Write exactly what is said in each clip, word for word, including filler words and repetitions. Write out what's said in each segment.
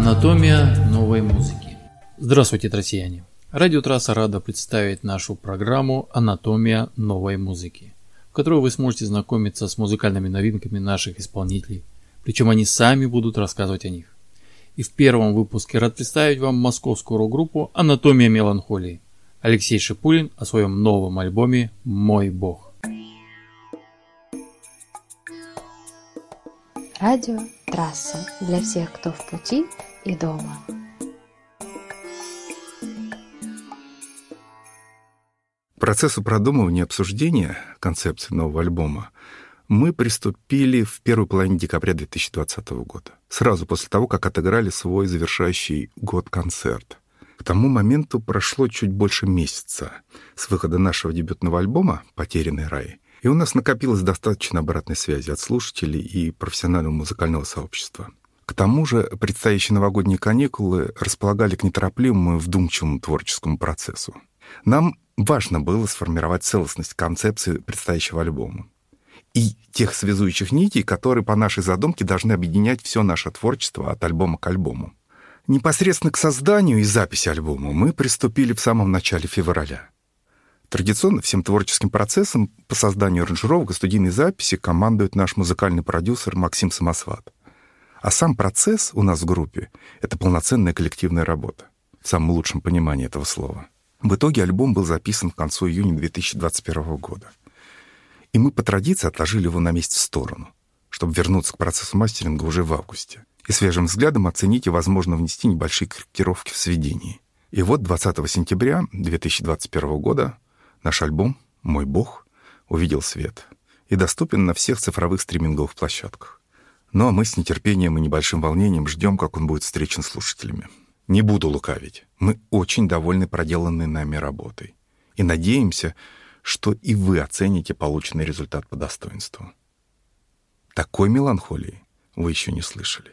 Анатомия новой музыки. Здравствуйте, россияне! Радиотрасса рада представить нашу программу «Анатомия новой музыки», в которой вы сможете знакомиться с музыкальными новинками наших исполнителей, причем они сами будут рассказывать о них. И в первом выпуске рад представить вам московскую рок-группу «Анатомия меланхолии». Алексей Шипулин о своем новом альбоме «Мой Бог». Радиотрасса для всех, кто в пути и дома. К процессу продумывания и обсуждения концепции нового альбома мы приступили в первой половине декабря две тысячи двадцатого года, сразу после того, как отыграли свой завершающий год-концерт. К тому моменту прошло чуть больше месяца с выхода нашего дебютного альбома «Потерянный рай», и у нас накопилось достаточно обратной связи от слушателей и профессионального музыкального сообщества. К тому же предстоящие новогодние каникулы располагали к неторопливому и вдумчивому творческому процессу. Нам важно было сформировать целостность концепции предстоящего альбома и тех связующих нитей, которые по нашей задумке должны объединять все наше творчество от альбома к альбому. Непосредственно к созданию и записи альбома мы приступили в самом начале февраля. Традиционно всем творческим процессом по созданию аранжировок и студийной записи командует наш музыкальный продюсер Максим Самосват. А сам процесс у нас в группе — это полноценная коллективная работа, в самом лучшем понимании этого слова. В итоге альбом был записан к концу июня две тысячи двадцать первого года. И мы по традиции отложили его на месяц в сторону, чтобы вернуться к процессу мастеринга уже в августе и свежим взглядом оценить и, возможно, внести небольшие корректировки в сведении. И вот двадцатого сентября две тысячи двадцать первого года наш альбом «Мой Бог» увидел свет и доступен на всех цифровых стриминговых площадках. Ну а мы с нетерпением и небольшим волнением ждем, как он будет встречен слушателями. Не буду лукавить, мы очень довольны проделанной нами работой и надеемся, что и вы оцените полученный результат по достоинству. Такой меланхолии вы еще не слышали.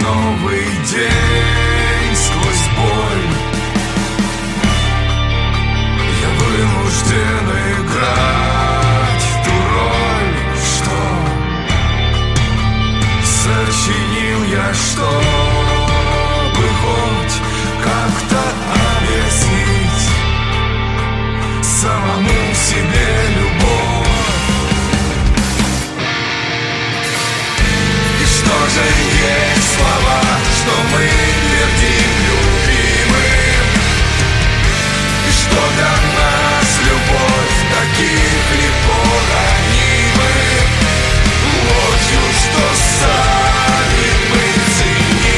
новый день сквозь боль. Я вынужден играть ту роль, что сочинил я, чтобы хоть как-то объяснить самому себе любовь. И что же есть слова, что мы твердим любимым? И что для нас любовь таких легко ранимых? Ложью, что сами мы ценим.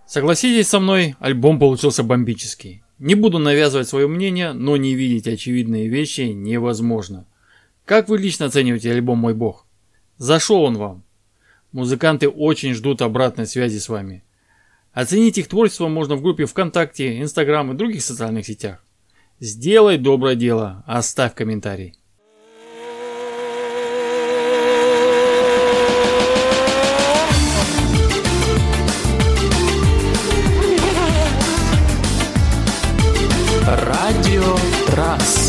Согласитесь со мной, альбом получился бомбический. Не буду навязывать свое мнение, но не видеть очевидные вещи невозможно. Как вы лично оцениваете альбом «Мой Бог»? Зашел он вам? Музыканты очень ждут обратной связи с вами. Оценить их творчество можно в группе ВКонтакте, Инстаграм и других социальных сетях. Сделай доброе дело, оставь комментарий. Радио Трасс.